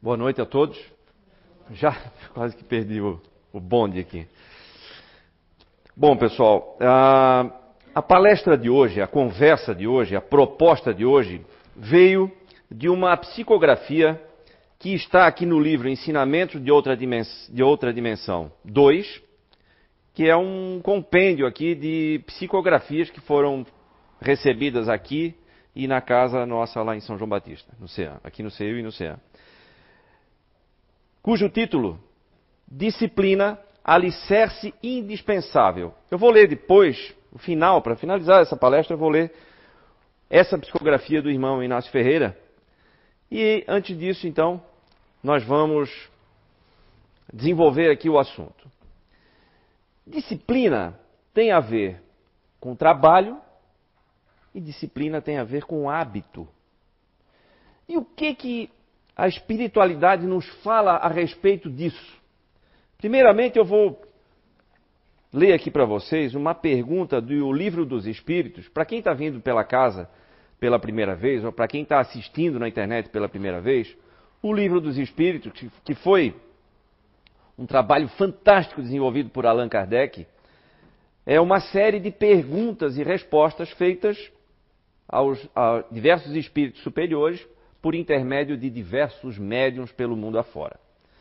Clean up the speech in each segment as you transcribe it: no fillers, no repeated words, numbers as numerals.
Boa noite a todos. Já quase que perdi o bonde aqui. Bom, pessoal, a palestra de hoje, a conversa de hoje, a proposta de hoje veio de uma psicografia que está aqui no livro Ensinamentos de Outra Dimensão 2, que é um compêndio aqui de psicografias que foram recebidas aqui e na casa nossa lá em São João Batista, no CEAM, aqui no CEU e no CEAM. Cujo título, Disciplina, Alicerce Indispensável. Eu vou ler depois, no final, para finalizar essa palestra, eu vou ler essa psicografia do irmão Inácio Ferreira. E antes disso, então, nós vamos desenvolver aqui o assunto. Disciplina tem a ver com trabalho e disciplina tem a ver com hábito. E o que a espiritualidade nos fala a respeito disso? Primeiramente, eu vou ler aqui para vocês uma pergunta do Livro dos Espíritos. Para quem está vindo pela casa pela primeira vez, ou para quem está assistindo na internet pela primeira vez, o Livro dos Espíritos, que foi um trabalho fantástico desenvolvido por Allan Kardec, é uma série de perguntas e respostas feitas a diversos espíritos superiores por intermédio de diversos médiuns pelo mundo afora.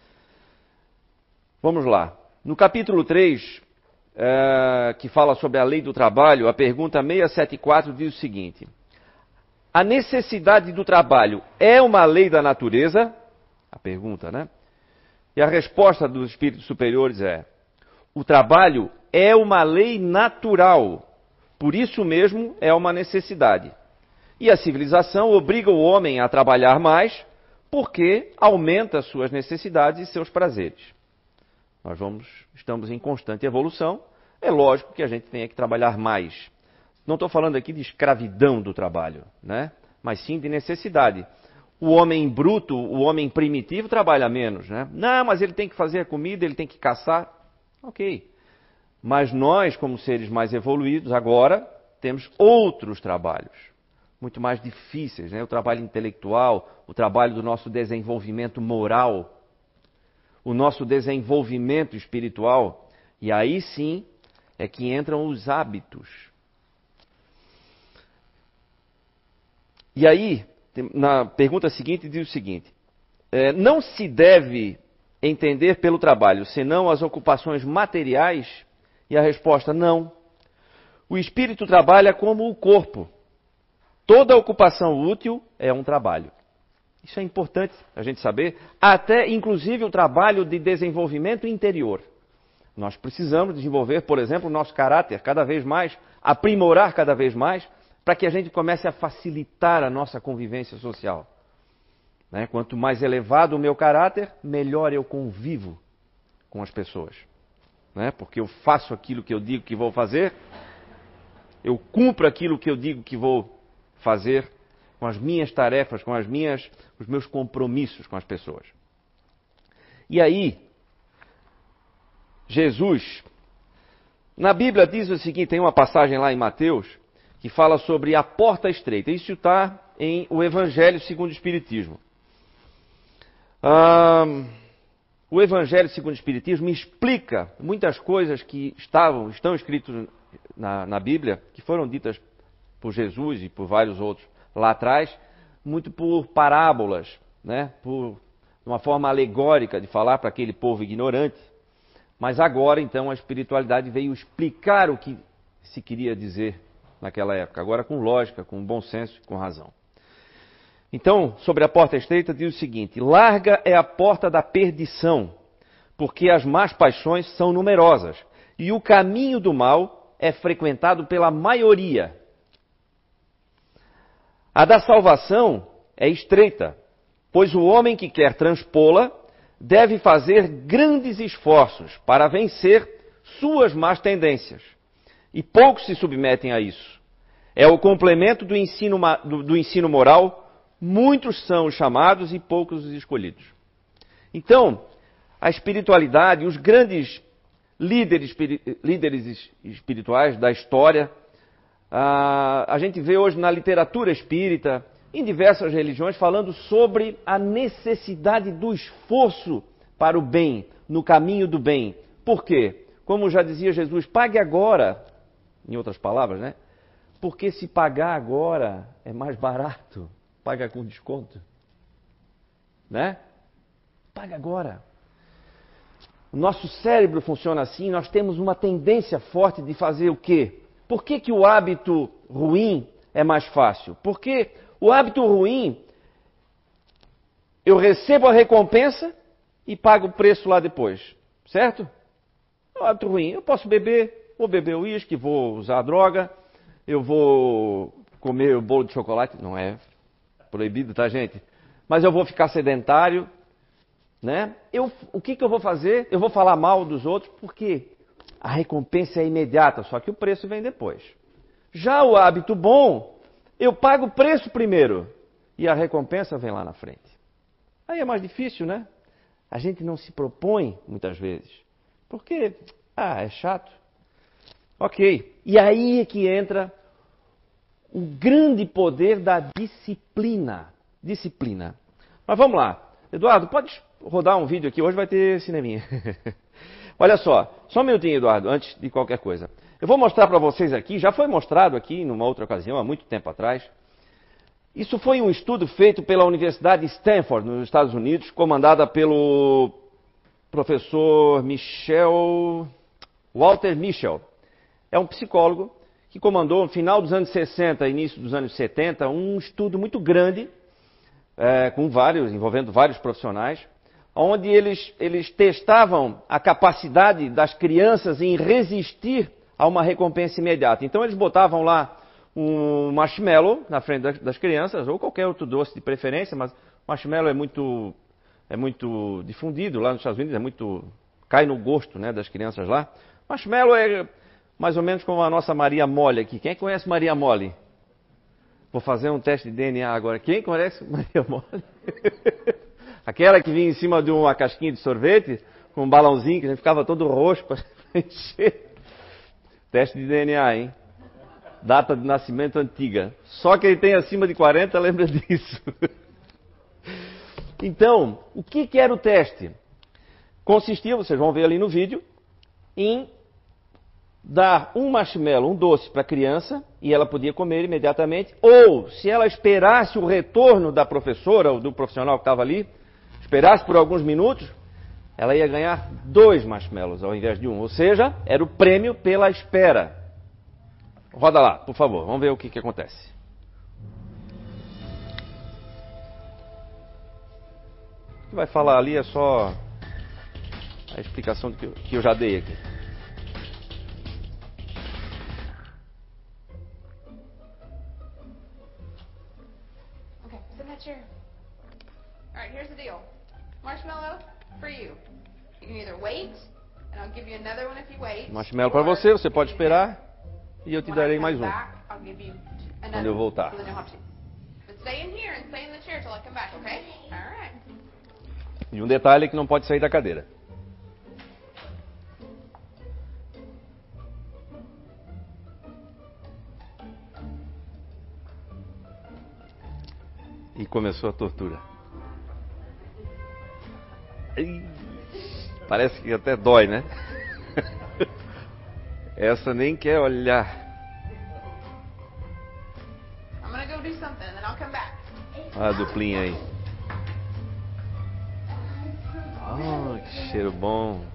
Vamos lá. No capítulo 3, que fala sobre a lei do trabalho, a pergunta 674 diz o seguinte: a necessidade do trabalho é uma lei da natureza? A pergunta, né? E a resposta dos espíritos superiores é: o trabalho é uma lei natural, por isso mesmo é uma necessidade. E a civilização obriga o homem a trabalhar mais porque aumenta suas necessidades e seus prazeres. Estamos em constante evolução, é lógico que a gente tenha que trabalhar mais. Não estou falando aqui de escravidão do trabalho, né? Mas sim de necessidade. O homem bruto, o homem primitivo trabalha menos, né? Não, mas ele tem que fazer a comida, ele tem que caçar. Ok. Mas nós, como seres mais evoluídos, agora temos outros trabalhos, muito mais difíceis, né? O trabalho intelectual, o trabalho do nosso desenvolvimento moral, o nosso desenvolvimento espiritual. E aí sim é que entram os hábitos. E aí, na pergunta seguinte, diz o seguinte: não se deve entender pelo trabalho senão as ocupações materiais? E a resposta: não. O espírito trabalha como o corpo. Toda ocupação útil é um trabalho. Isso é importante a gente saber, até inclusive o trabalho de desenvolvimento interior. Nós precisamos desenvolver, por exemplo, o nosso caráter cada vez mais, aprimorar cada vez mais, para que a gente comece a facilitar a nossa convivência social. Né? Quanto mais elevado o meu caráter, melhor eu convivo com as pessoas. Né? Porque eu faço aquilo que eu digo que vou fazer, eu cumpro aquilo que eu digo que vou fazer com as minhas tarefas, com os meus compromissos com as pessoas. E aí, Jesus, na Bíblia diz o seguinte, tem uma passagem lá em Mateus, que fala sobre a porta estreita. Isso está em o Evangelho segundo o Espiritismo. O Evangelho segundo o Espiritismo explica muitas coisas que estão escritas na Bíblia, que foram ditas por Jesus e por vários outros lá atrás, muito por parábolas, né? Por uma forma alegórica de falar para aquele povo ignorante. Mas agora, então, a espiritualidade veio explicar o que se queria dizer naquela época, agora com lógica, com bom senso e com razão. Então, sobre a porta estreita, diz o seguinte: larga é a porta da perdição, porque as más paixões são numerosas, e o caminho do mal é frequentado pela maioria. A da salvação é estreita, pois o homem que quer transpô-la deve fazer grandes esforços para vencer suas más tendências. E poucos se submetem a isso. É o complemento do ensino moral, muitos são os chamados e poucos os escolhidos. Então, a espiritualidade, os grandes líderes espirituais da história, a gente vê hoje na literatura espírita, em diversas religiões falando sobre a necessidade do esforço para o bem, no caminho do bem. Por quê? Como já dizia Jesus, pague agora, em outras palavras, né? Porque se pagar agora é mais barato, paga com desconto, né? Paga agora. O nosso cérebro funciona assim, nós temos uma tendência forte de fazer o quê? Por que o hábito ruim é mais fácil? Porque o hábito ruim, eu recebo a recompensa e pago o preço lá depois, certo? É um hábito ruim. Eu posso beber, vou beber uísque, vou usar droga, eu vou comer o bolo de chocolate, não é proibido, tá, gente? Mas eu vou ficar sedentário, né? O que eu vou fazer? Eu vou falar mal dos outros porque a recompensa é imediata, só que o preço vem depois. Já o hábito bom, eu pago o preço primeiro e a recompensa vem lá na frente. Aí é mais difícil, né? A gente não se propõe muitas vezes, porque, é chato. Ok, e aí é que entra o grande poder da disciplina. Disciplina. Mas vamos lá. Eduardo, pode rodar um vídeo aqui? Hoje vai ter cineminha. Olha só um minutinho, Eduardo, antes de qualquer coisa. Eu vou mostrar para vocês aqui, já foi mostrado aqui numa outra ocasião, há muito tempo atrás. Isso foi um estudo feito pela Universidade de Stanford, nos Estados Unidos, comandada pelo professor Walter Mischel. É um psicólogo que comandou, no final dos anos 60 e início dos anos 70, um estudo muito grande, envolvendo vários profissionais, onde eles testavam a capacidade das crianças em resistir a uma recompensa imediata. Então eles botavam lá um marshmallow na frente das crianças, ou qualquer outro doce de preferência, mas marshmallow é muito difundido lá nos Estados Unidos, cai no gosto, né, das crianças lá. Marshmallow é mais ou menos como a nossa Maria Mole aqui. Quem conhece Maria Mole? Vou fazer um teste de DNA agora. Quem conhece Maria Mole? Aquela que vinha em cima de uma casquinha de sorvete, com um balãozinho, que a gente ficava todo roxo para encher. Teste de DNA, hein? Data de nascimento antiga. Só quem tem acima de 40 lembra disso. Então, o que era o teste? Consistia, vocês vão ver ali no vídeo, em dar um marshmallow, um doce para a criança, e ela podia comer imediatamente, ou se ela esperasse o retorno da professora ou do profissional que estava ali, esperasse por alguns minutos, ela ia ganhar 2 marshmallows ao invés de 1. Ou seja, era o prêmio pela espera. Roda lá, por favor, vamos ver o que acontece. O que vai falar ali é só a explicação que eu já dei aqui. Okay, sit in that chair. All right, here's the deal. Marshmallow for you. You can either wait, and I'll give you another one if you wait. Marshmallow para você, você pode esperar e eu te darei mais um quando eu voltar. But stay in here and stay in the chair till I come back, okay? All right. E um detalhe é que não pode sair da cadeira. E começou a tortura. Parece que até dói, né? Essa nem quer olhar. I'm gonna go do something and then I'll come back. Olha a duplinha aí. Ah, que cheiro bom.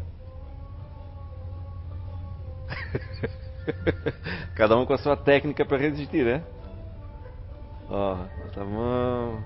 Cada um com a sua técnica para resistir, né? Ó, bota a mão.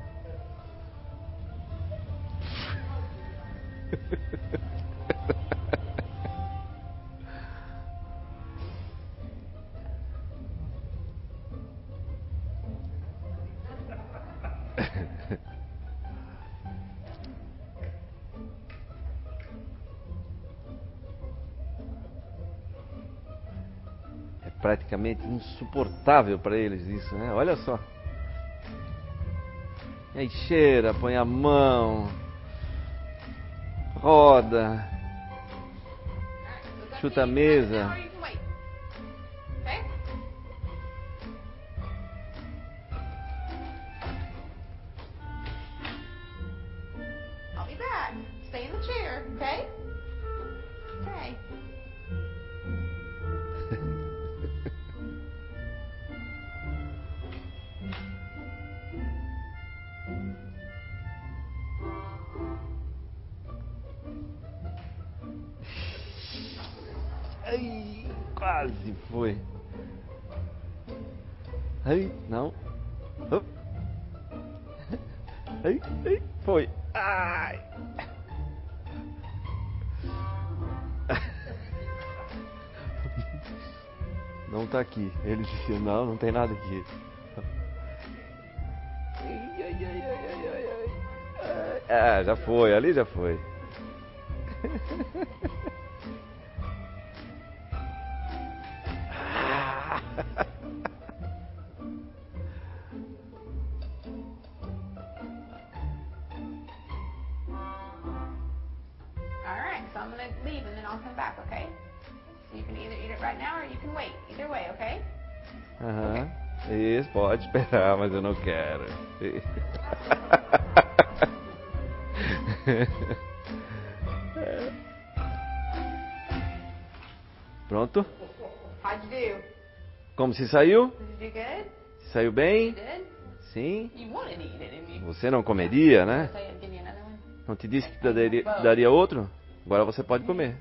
É praticamente insuportável para eles isso, né? Olha só. E aí cheira, põe a mão, roda, chuta a mesa. right. Stay in the chair, okay? Okay. Ai, quase foi. Ai, não. Ai, ai, foi. Ai. Não tá aqui. Ele disse, não tem nada aqui. Ai, ai, ai, ai, ai, ai. Ah, já foi, ali já foi. Alright, so I'm gonna leave and then I'll come back, okay? So you can either eat it right now or you can wait. Either way, okay? Aham. Isso, pode esperar, mas eu não quero. Pronto? How'd you do? Como se saiu? Did you do good? Saiu You bem? did? Sim. You wanted to eat it, didn't you? Você não comeria, né? So you'd give me another one? Não te disse que daria outro? Agora você pode comer.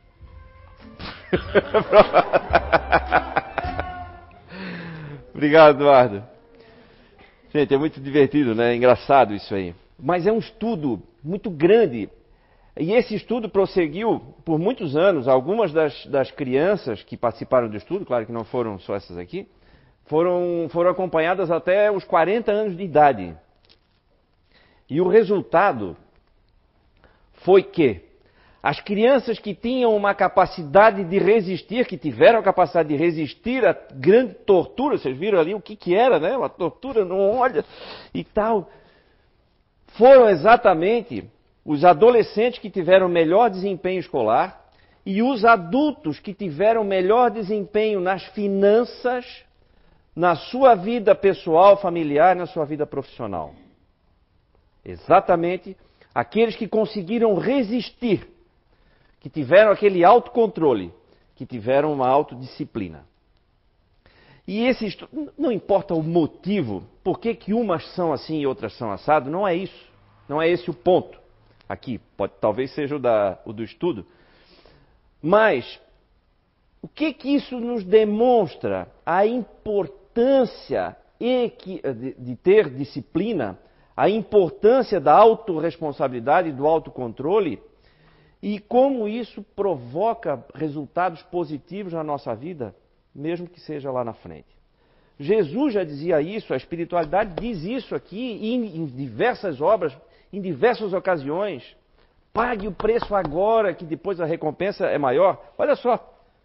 Obrigado, Eduardo. Gente, é muito divertido, né? É engraçado isso aí. Mas é um estudo muito grande. E esse estudo prosseguiu por muitos anos. Algumas das crianças que participaram do estudo, claro que não foram só essas aqui, foram acompanhadas até os 40 anos de idade. E o resultado foi que as crianças que tinham uma capacidade de resistir, que tiveram a capacidade de resistir a grande tortura, vocês viram ali o que era, né? Uma tortura, não olha e tal. Foram exatamente os adolescentes que tiveram melhor desempenho escolar e os adultos que tiveram melhor desempenho nas finanças, na sua vida pessoal, familiar, na sua vida profissional. Exatamente aqueles que conseguiram resistir, que tiveram aquele autocontrole, que tiveram uma autodisciplina. E esse estudo, não importa o motivo, por que umas são assim e outras são assado, não é isso. Não é esse o ponto aqui. Talvez seja o do estudo. Mas, o que isso nos demonstra? A importância de ter disciplina, a importância da autorresponsabilidade, do autocontrole, e como isso provoca resultados positivos na nossa vida, mesmo que seja lá na frente. Jesus já dizia isso, a espiritualidade diz isso aqui em diversas obras, em diversas ocasiões. Pague o preço agora, que depois a recompensa é maior. Olha só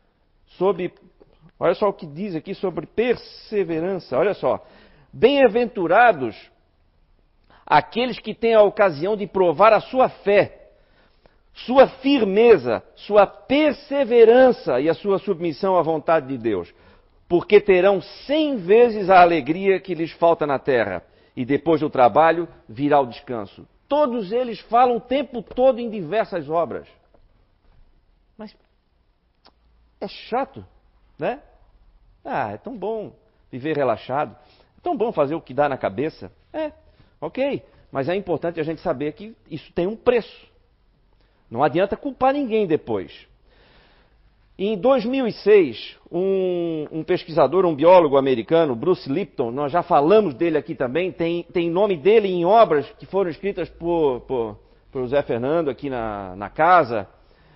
o que diz aqui sobre perseverança. Olha só. Bem-aventurados aqueles que têm a ocasião de provar a sua fé, sua firmeza, sua perseverança e a sua submissão à vontade de Deus, porque terão 100 vezes a alegria que lhes falta na terra, e depois do trabalho virá o descanso. Todos eles falam o tempo todo em diversas obras. Mas é chato, né? É tão bom viver relaxado, é tão bom fazer o que dá na cabeça. Ok, mas é importante a gente saber que isso tem um preço. Não adianta culpar ninguém depois. Em 2006, um pesquisador, um biólogo americano, Bruce Lipton, nós já falamos dele aqui também, tem nome dele em obras que foram escritas por José Fernando aqui na casa.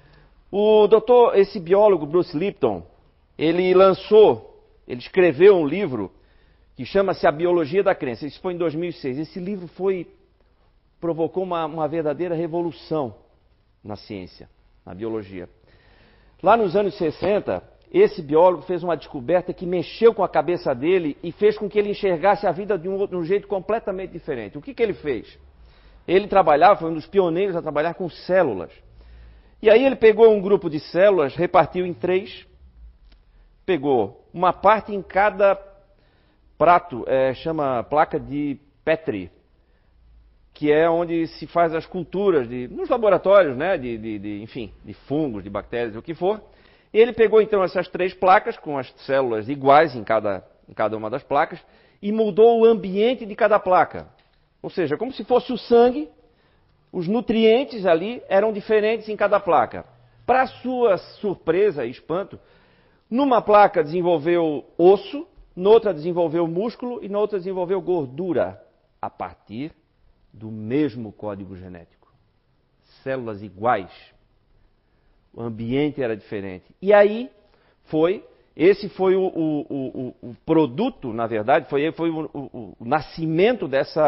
Esse biólogo, Bruce Lipton, ele escreveu um livro que chama-se A Biologia da Crença. Isso foi em 2006. Esse livro provocou uma verdadeira revolução na ciência, na biologia. Lá nos anos 60, esse biólogo fez uma descoberta que mexeu com a cabeça dele e fez com que ele enxergasse a vida de um jeito completamente diferente. O que ele fez? Ele foi um dos pioneiros a trabalhar com células. E aí ele pegou um grupo de células, repartiu em 3, pegou uma parte em cada prato, chama placa de Petri, que é onde se faz as culturas nos laboratórios, né, enfim, de fungos, de bactérias, o que for. Ele pegou então essas 3 placas com as células iguais em cada uma das placas e mudou o ambiente de cada placa. Ou seja, como se fosse o sangue, os nutrientes ali eram diferentes em cada placa. Para sua surpresa e espanto, numa placa desenvolveu osso, noutra desenvolveu músculo e noutra desenvolveu gordura, a partir do mesmo código genético. Células iguais. O ambiente era diferente. E aí esse foi o produto, na verdade, foi o nascimento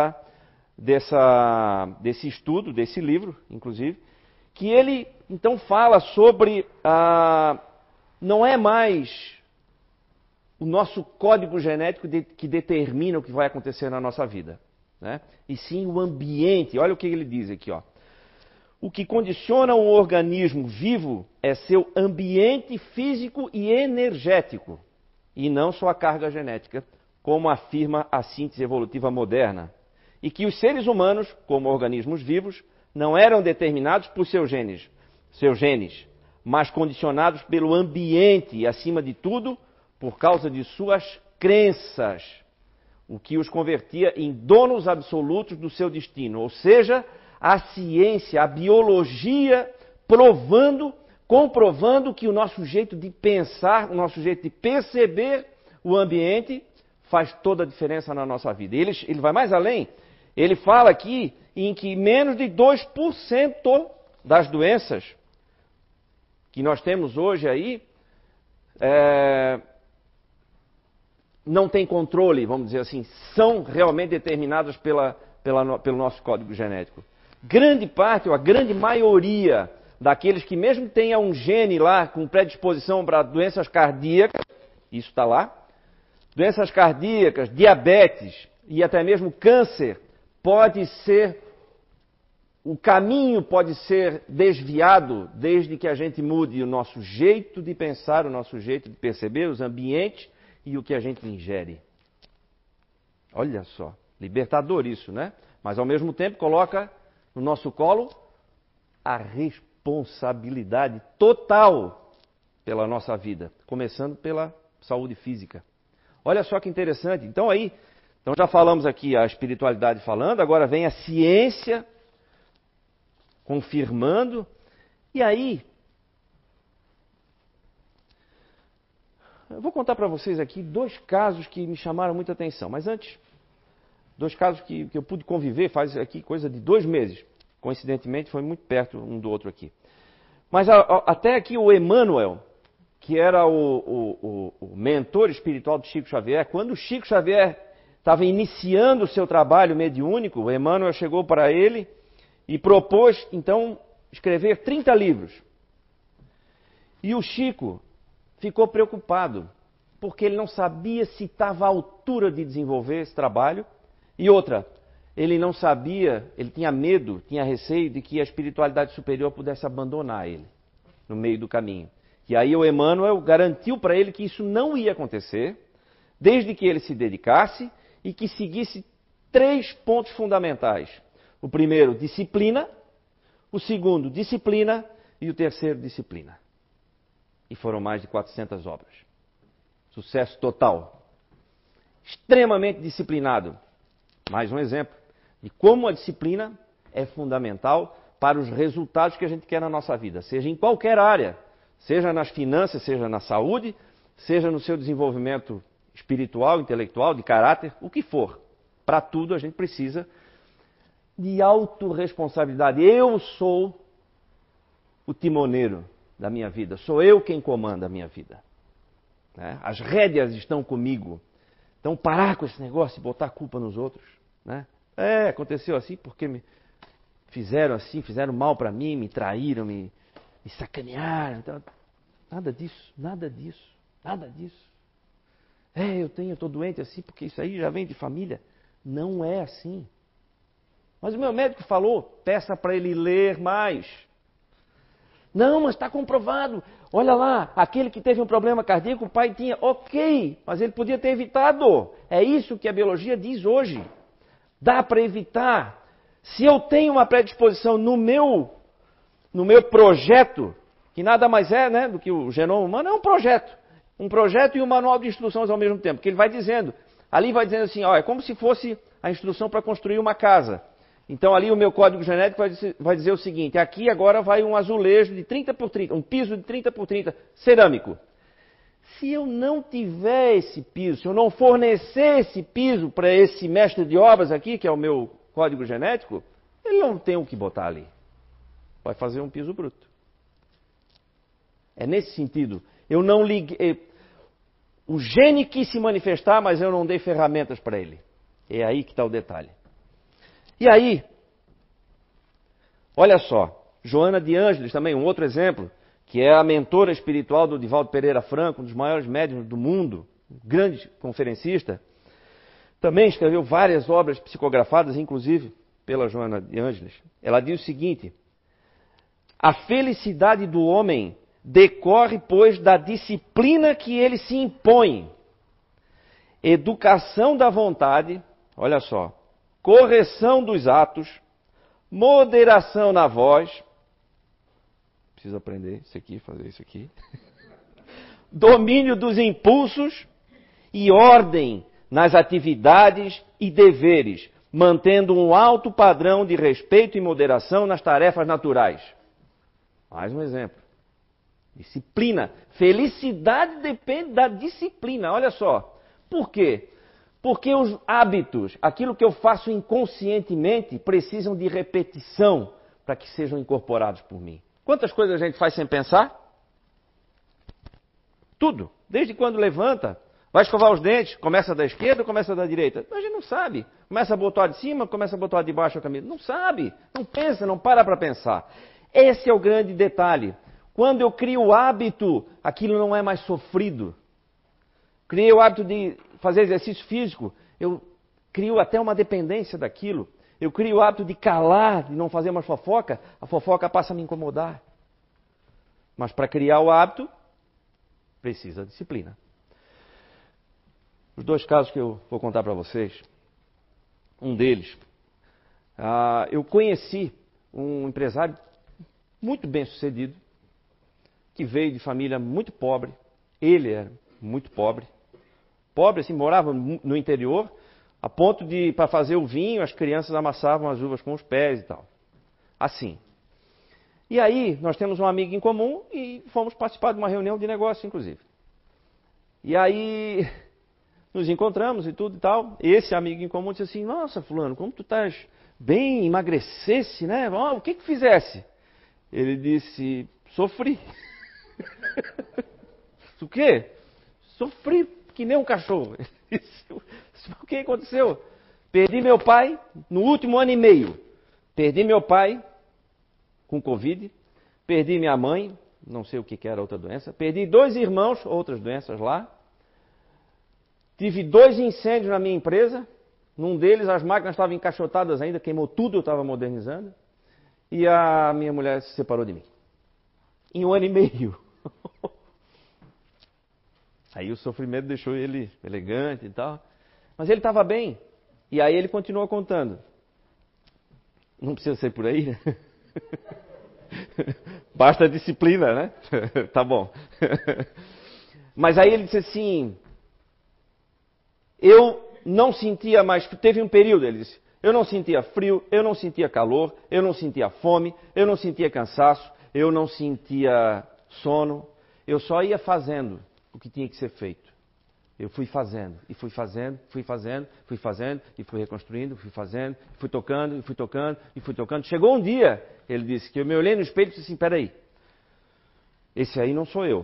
desse estudo, desse livro, inclusive, que ele então fala sobre não é mais o nosso código genético que determina o que vai acontecer na nossa vida, né? E sim o ambiente. Olha o que ele diz aqui, ó. O que condiciona um organismo vivo é seu ambiente físico e energético, e não sua carga genética, como afirma a síntese evolutiva moderna. E que os seres humanos, como organismos vivos, não eram determinados por seus genes, mas condicionados pelo ambiente e, acima de tudo, por causa de suas crenças, o que os convertia em donos absolutos do seu destino. Ou seja, a ciência, a biologia, comprovando que o nosso jeito de pensar, o nosso jeito de perceber o ambiente faz toda a diferença na nossa vida. Ele vai mais além. Ele fala aqui em que menos de 2% das doenças que nós temos hoje aí não tem controle, vamos dizer assim, são realmente determinadas pelo nosso código genético. Grande parte, ou a grande maioria daqueles que mesmo tenha um gene lá com predisposição para doenças cardíacas, isso está lá, doenças cardíacas, diabetes e até mesmo câncer, o caminho pode ser desviado desde que a gente mude o nosso jeito de pensar, o nosso jeito de perceber os ambientes e o que a gente ingere. Olha só, libertador isso, né? Mas ao mesmo tempo coloca no nosso colo a responsabilidade total pela nossa vida, começando pela saúde física. Olha só que interessante. Então já falamos aqui a espiritualidade falando, agora vem a ciência confirmando. E aí, eu vou contar para vocês aqui 2 casos que me chamaram muita atenção. Mas antes, 2 casos que eu pude conviver faz aqui coisa de 2 meses. Coincidentemente, foi muito perto um do outro aqui. Mas até aqui o Emmanuel, que era o mentor espiritual do Chico Xavier, quando o Chico Xavier estava iniciando o seu trabalho mediúnico, o Emmanuel chegou para ele e propôs, então, escrever 30 livros. E o Chico ficou preocupado, porque ele não sabia se estava à altura de desenvolver esse trabalho. E outra, ele não sabia, ele tinha medo, tinha receio de que a espiritualidade superior pudesse abandonar ele no meio do caminho. E aí o Emmanuel garantiu para ele que isso não ia acontecer, desde que ele se dedicasse e que seguisse 3 pontos fundamentais. O primeiro, disciplina. O segundo, disciplina. E o terceiro, disciplina. E foram mais de 400 obras. Sucesso total. Extremamente disciplinado. Mais um exemplo de como a disciplina é fundamental para os resultados que a gente quer na nossa vida, seja em qualquer área, seja nas finanças, seja na saúde, seja no seu desenvolvimento espiritual, intelectual, de caráter, o que for. Para tudo a gente precisa de autorresponsabilidade. Eu sou o timoneiro da minha vida, sou eu quem comanda a minha vida. Né? As rédeas estão comigo. Então parar com esse negócio de botar a culpa nos outros. Né? Aconteceu assim porque me fizeram assim, fizeram mal para mim, me traíram, me sacanearam. Então, nada disso, nada disso, nada disso. Eu estou doente assim porque isso aí já vem de família. Não é assim. Mas o meu médico falou, peça para ele ler mais. Não, mas está comprovado. Olha lá, aquele que teve um problema cardíaco, o pai tinha. Ok, mas ele podia ter evitado. É isso que a biologia diz hoje. Dá para evitar. Se eu tenho uma predisposição no meu projeto, que nada mais é, né, do que o genoma humano, é um projeto. Um projeto e um manual de instruções ao mesmo tempo. Que ele vai dizendo, ali vai dizendo assim, ó, é como se fosse a instrução para construir uma casa. Então ali o meu código genético vai dizer o seguinte, aqui agora vai um azulejo de 30 por 30, um piso de 30 por 30, cerâmico. Se eu não tiver esse piso, se eu não fornecer esse piso para esse mestre de obras aqui, que é o meu código genético, ele não tem o que botar ali. Vai fazer um piso bruto. É nesse sentido. Eu não liguei. O gene quis se manifestar, mas eu não dei ferramentas para ele. É aí que está o detalhe. E aí, olha só, Joana de Ângeles também, um outro exemplo, que é a mentora espiritual do Divaldo Pereira Franco, um dos maiores médiuns do mundo, um grande conferencista, também escreveu várias obras psicografadas, inclusive pela Joana de Ângeles. Ela diz o seguinte: a felicidade do homem decorre, pois, da disciplina que ele se impõe, educação da vontade, olha só, correção dos atos, moderação na voz, preciso aprender isso aqui, fazer isso aqui, domínio dos impulsos e ordem nas atividades e deveres, mantendo um alto padrão de respeito e moderação nas tarefas naturais. Mais um exemplo. Disciplina. Felicidade depende da disciplina. Olha só. Por quê? Porque os hábitos, aquilo que eu faço inconscientemente, precisam de repetição para que sejam incorporados por mim. Quantas coisas a gente faz sem pensar? Tudo. Desde quando levanta, vai escovar os dentes, começa da esquerda ou começa da direita? A gente não sabe. Começa a botar de cima, começa a botar de baixo a camisa. Não sabe. Não pensa, não para pensar. Esse é o grande detalhe. Quando eu crio o hábito, aquilo não é mais sofrido. Criei o hábito de fazer exercício físico, eu crio até uma dependência daquilo. Eu crio o hábito de calar, de não fazer mais fofoca, a fofoca passa a me incomodar. Mas para criar o hábito, precisa de disciplina. Os dois casos que eu vou contar para vocês, um deles, eu conheci um empresário muito bem sucedido, que veio de família muito pobre, ele era muito pobre, assim, morava no interior, a ponto de, para fazer o vinho, as crianças amassavam as uvas com os pés e tal. Assim. E aí, nós temos um amigo em comum e fomos participar de uma reunião de negócio, inclusive. E aí, nos encontramos e tudo e tal. E esse amigo em comum disse assim, nossa, fulano, como tu estás bem, emagrecesse, né? Oh, o que fizesse? Ele disse, sofri. O quê? Sofri que nem um cachorro. O que aconteceu? Perdi meu pai no último ano e meio. Perdi meu pai com Covid. Perdi minha mãe, não sei o que era outra doença. Perdi 2 irmãos, outras doenças lá. Tive 2 incêndios na minha empresa. Num deles as máquinas estavam encaixotadas ainda, queimou tudo, eu estava modernizando. E a minha mulher se separou de mim. Em 1 ano e meio. Aí o sofrimento deixou ele elegante e tal. Mas ele estava bem. E aí ele continuou contando. Não precisa ser por aí, né? Basta disciplina, né? Tá bom. Mas aí ele disse assim, eu não sentia mais, teve um período, ele disse, eu não sentia frio, eu não sentia calor, eu não sentia fome, eu não sentia cansaço, eu não sentia sono, eu só ia fazendo o que tinha que ser feito. Eu fui fazendo, e fui fazendo, fui fazendo, fui fazendo, e fui reconstruindo, fui fazendo, fui tocando, e fui tocando, e fui tocando. Chegou um dia, ele disse, que eu me olhei no espelho e disse assim, peraí, esse aí não sou eu.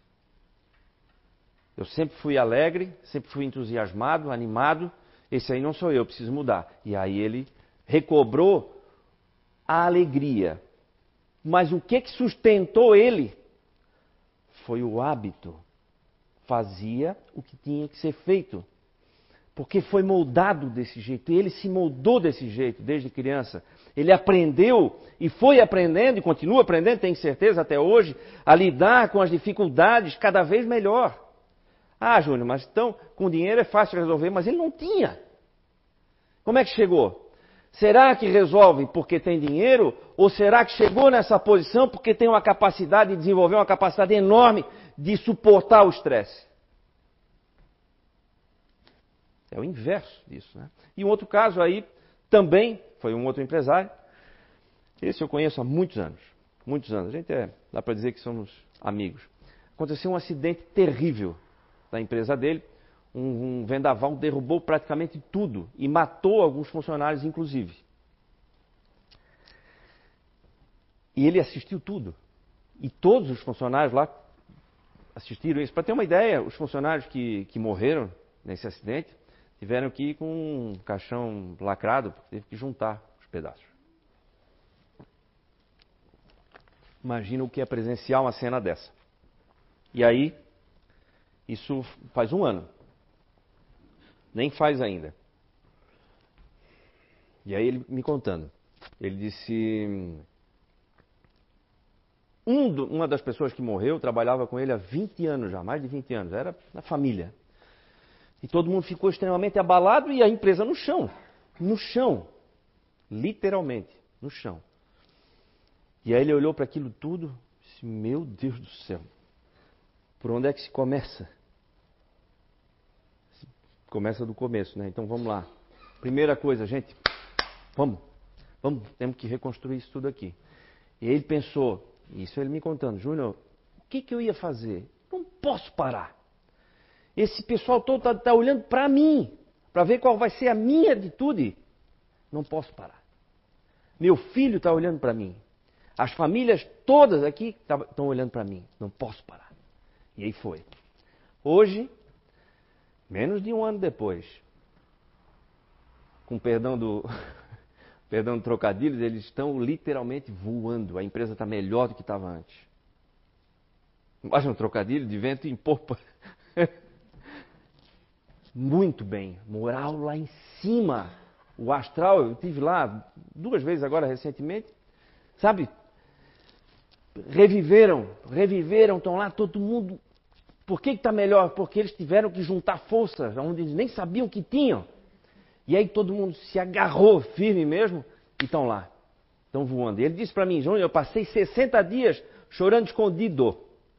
Eu sempre fui alegre, sempre fui entusiasmado, animado, esse aí não sou eu preciso mudar. E aí ele recobrou a alegria. Mas o que sustentou ele foi o hábito. Fazia o que tinha que ser feito. Porque foi moldado desse jeito. E ele se moldou desse jeito desde criança. Ele aprendeu e foi aprendendo e continua aprendendo, tenho certeza até hoje, a lidar com as dificuldades cada vez melhor. Ah, Júnior, mas então com dinheiro é fácil resolver, mas ele não tinha. Como é que chegou? Será que resolve porque tem dinheiro? Ou será que chegou nessa posição porque tem uma capacidade de desenvolver uma capacidade enorme de suportar o estresse? É o inverso disso, né? E um outro caso aí, também, foi um outro empresário. Esse eu conheço há muitos anos. Muitos anos. A gente dá para dizer que somos amigos. Aconteceu um acidente terrível na empresa dele. Um vendaval derrubou praticamente tudo e matou alguns funcionários, inclusive. E ele assistiu tudo. E todos os funcionários lá assistiram isso. Para ter uma ideia, os funcionários que morreram nesse acidente tiveram que ir com um caixão lacrado, porque teve que juntar os pedaços. Imagina o que é presenciar uma cena dessa. E aí, isso faz um ano. Nem faz ainda. E aí ele me contando. Ele disse... Uma das pessoas que morreu trabalhava com ele há 20 anos já, mais de 20 anos. Era na família. E todo mundo ficou extremamente abalado e a empresa no chão. No chão. Literalmente, no chão. E aí ele olhou para aquilo tudo e disse, meu Deus do céu. Por onde é que se começa? Começa do começo, né? Então vamos lá. Primeira coisa, gente, vamos, temos que reconstruir isso tudo aqui. E ele pensou, isso ele me contando, Júnior, o que eu ia fazer? Não posso parar. Esse pessoal todo está olhando para mim, para ver qual vai ser a minha atitude. Não posso parar. Meu filho está olhando para mim. As famílias todas aqui estão olhando para mim. Não posso parar. E aí foi. Hoje, menos de um ano depois, com perdão do trocadilhos, eles estão literalmente voando. A empresa está melhor do que estava antes. Imagina um trocadilho de vento em popa. Muito bem. Moral lá em cima. O astral, eu estive lá 2 vezes agora recentemente. Sabe? Reviveram, estão lá todo mundo. Por que está melhor? Porque eles tiveram que juntar forças, onde eles nem sabiam que tinham. E aí todo mundo se agarrou firme mesmo e estão lá. Estão voando. E ele disse para mim, Júnior, eu passei 60 dias chorando escondido.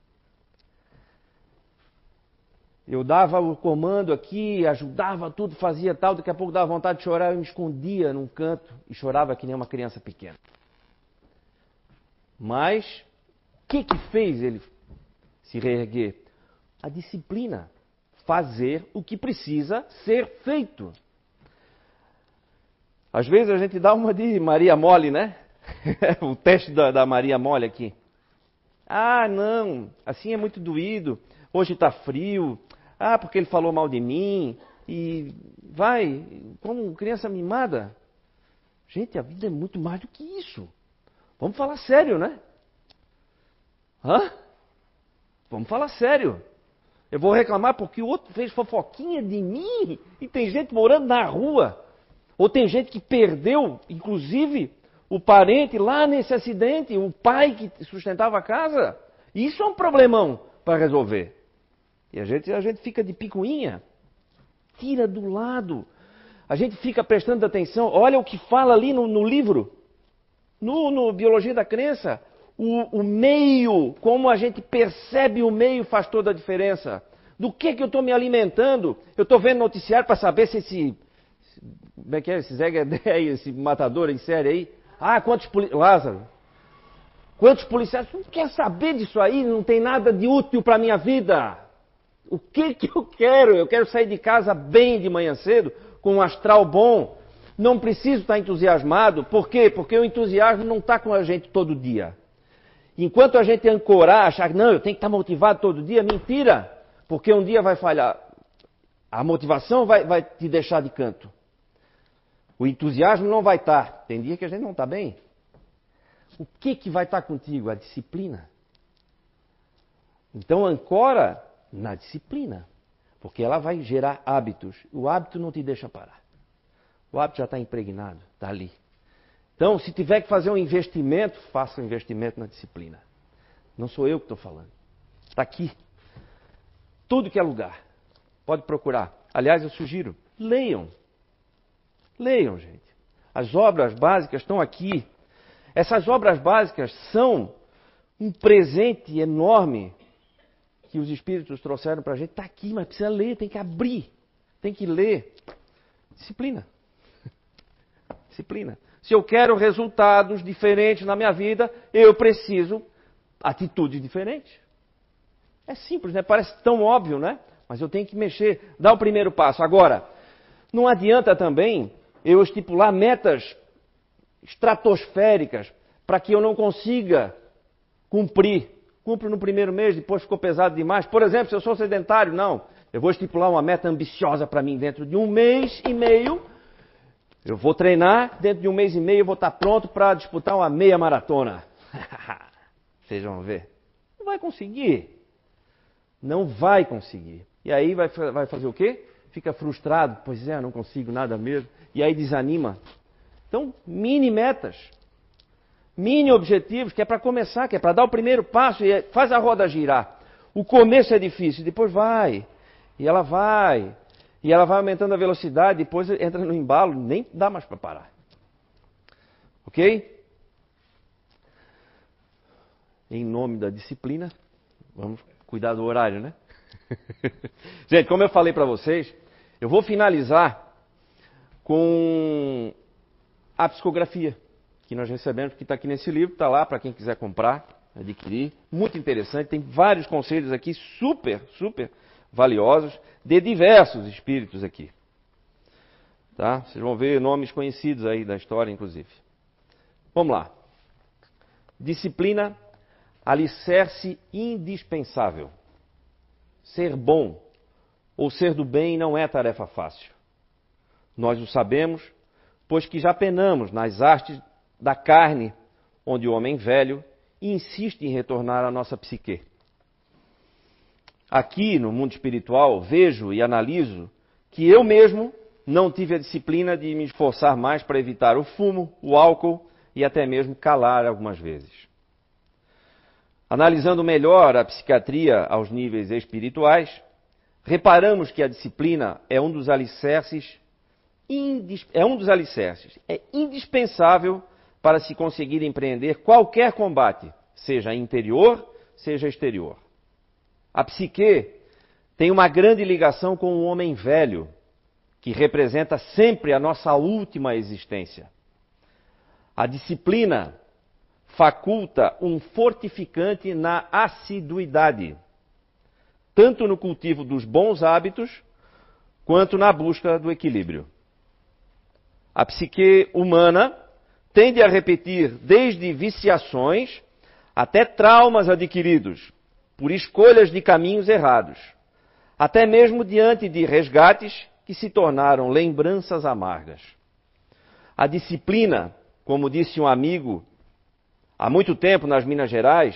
Eu dava o comando aqui, ajudava tudo, fazia tal, daqui a pouco dava vontade de chorar, eu me escondia num canto e chorava que nem uma criança pequena. Mas, o que fez ele se reerguer? A disciplina. Fazer o que precisa ser feito. Às vezes a gente dá uma de Maria Mole, né? O teste da Maria Mole aqui. Ah, não, assim é muito doído. Hoje está frio. Ah, porque ele falou mal de mim. E vai, como criança mimada. Gente, a vida é muito mais do que isso. Vamos falar sério, né? Hã? Vamos falar sério. Eu vou reclamar porque o outro fez fofoquinha de mim e tem gente morando na rua. Ou tem gente que perdeu, inclusive, o parente lá nesse acidente, o pai que sustentava a casa. Isso é um problemão para resolver. E a gente fica de picuinha. Tira do lado. A gente fica prestando atenção. Olha o que fala ali no livro. No Biologia da Crença. O meio, como a gente percebe o meio faz toda a diferença. Do que eu estou me alimentando? Eu estou vendo noticiário para saber se como é que é? Esse Zé Guedé, esse matador em série aí. Ah, Lázaro. Quantos policiais? Não quer saber disso aí? Não tem nada de útil para a minha vida. O que eu quero? Eu quero sair de casa bem de manhã cedo, com um astral bom. Não preciso estar entusiasmado. Por quê? Porque o entusiasmo não está com a gente todo dia. Enquanto a gente ancorar, achar que não, eu tenho que estar motivado todo dia, mentira. Porque um dia vai falhar. A motivação vai te deixar de canto. O entusiasmo não vai estar. Tem dia que a gente não está bem. O que vai estar contigo? A disciplina. Então ancora na disciplina. Porque ela vai gerar hábitos. O hábito não te deixa parar. O hábito já está impregnado, está ali. Então, se tiver que fazer um investimento, faça um investimento na disciplina. Não sou eu que estou falando. Está aqui. Tudo que é lugar. Pode procurar. Aliás, eu sugiro, leiam. Leiam, gente. As obras básicas estão aqui. Essas obras básicas são um presente enorme que os Espíritos trouxeram para a gente. Está aqui, mas precisa ler, tem que abrir, tem que ler. Disciplina. Disciplina. Se eu quero resultados diferentes na minha vida, eu preciso atitudes diferentes. É simples, né? Parece tão óbvio, né? Mas eu tenho que mexer, dar o primeiro passo. Agora, não adianta também eu estipular metas estratosféricas para que eu não consiga cumprir. Cumpro no primeiro mês, depois ficou pesado demais. Por exemplo, se eu sou sedentário, não. Eu vou estipular uma meta ambiciosa para mim dentro de 1 mês e meio. Eu vou treinar, dentro de 1 mês e meio eu vou estar pronto para disputar uma meia maratona. Vocês vão ver. Não vai conseguir. Não vai conseguir. E aí vai fazer o quê? Fica frustrado. Pois é, não consigo nada mesmo. E aí desanima. Então, mini metas. Mini objetivos, que é para começar, que é para dar o primeiro passo e faz a roda girar. O começo é difícil, depois vai. E ela vai aumentando a velocidade, depois entra no embalo, nem dá mais para parar. Ok? Em nome da disciplina, vamos cuidar do horário, né? Gente, como eu falei para vocês, eu vou finalizar com a psicografia que nós recebemos, que está aqui nesse livro, está lá para quem quiser comprar, adquirir. Muito interessante, tem vários conselhos aqui super valiosos de diversos espíritos aqui. Tá? Vocês vão ver nomes conhecidos aí da história, inclusive. Vamos lá. Disciplina, alicerce indispensável. Ser bom ou ser do bem não é tarefa fácil. Nós o sabemos, pois que já penamos nas hastes da carne, onde o homem velho insiste em retornar à nossa psique. Aqui, no mundo espiritual, vejo e analiso que eu mesmo não tive a disciplina de me esforçar mais para evitar o fumo, o álcool e até mesmo calar algumas vezes. Analisando melhor a psiquiatria aos níveis espirituais, reparamos que a disciplina é um dos alicerces, é indispensável para se conseguir empreender qualquer combate, seja interior, seja exterior. A psique tem uma grande ligação com o homem velho, que representa sempre a nossa última existência. A disciplina faculta um fortificante na assiduidade, tanto no cultivo dos bons hábitos, quanto na busca do equilíbrio. A psique humana tende a repetir desde viciações até traumas adquiridos por escolhas de caminhos errados, até mesmo diante de resgates que se tornaram lembranças amargas. A disciplina, como disse um amigo há muito tempo nas Minas Gerais,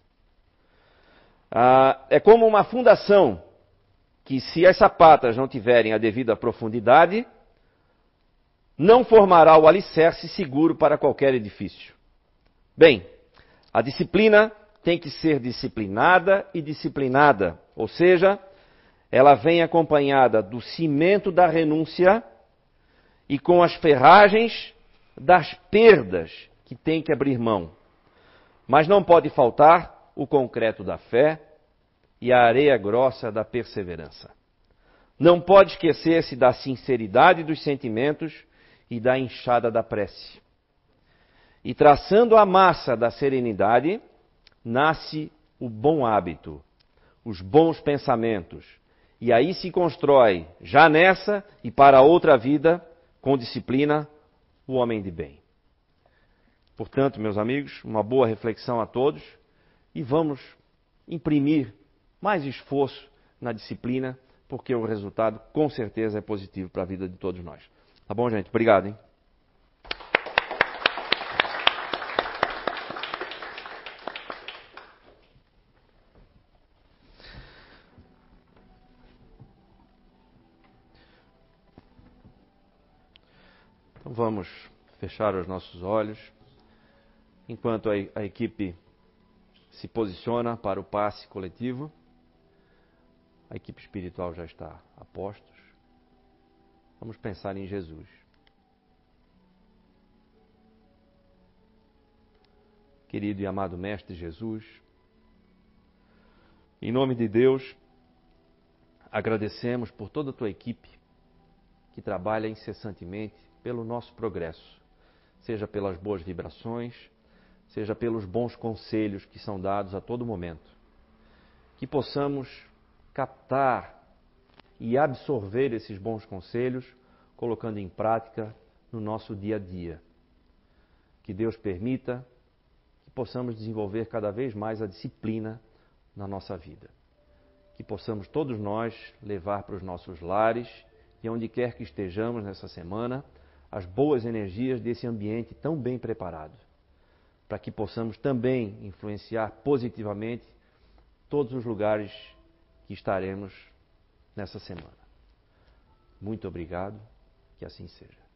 é como uma fundação que, se as sapatas não tiverem a devida profundidade, não formará o alicerce seguro para qualquer edifício. Bem, a disciplina tem que ser disciplinada e disciplinada, ou seja, ela vem acompanhada do cimento da renúncia e com as ferragens das perdas que tem que abrir mão. Mas não pode faltar o concreto da fé e a areia grossa da perseverança. Não pode esquecer-se da sinceridade dos sentimentos e da enxada da prece. E traçando a massa da serenidade, nasce o bom hábito, os bons pensamentos. E aí se constrói, já nessa e para outra vida, com disciplina, o homem de bem. Portanto, meus amigos, uma boa reflexão a todos e vamos imprimir mais esforço na disciplina, porque o resultado com certeza é positivo para a vida de todos nós. Tá bom, gente? Obrigado, hein? Então vamos fechar os nossos olhos, enquanto a equipe se posiciona para o passe coletivo. A equipe espiritual já está a postos. Vamos pensar em Jesus. querido e amado Mestre Jesus. Em nome de Deus, agradecemos por toda a tua equipe que trabalha incessantemente pelo nosso progresso, seja pelas boas vibrações, seja pelos bons conselhos que são dados a todo momento. Que possamos captar e absorver esses bons conselhos, colocando em prática no nosso dia a dia. Que Deus permita que possamos desenvolver cada vez mais a disciplina na nossa vida. Que possamos todos nós levar para os nossos lares e onde quer que estejamos nessa semana as boas energias desse ambiente tão bem preparado, para que possamos também influenciar positivamente todos os lugares que estaremos nessa semana. Muito obrigado, que assim seja.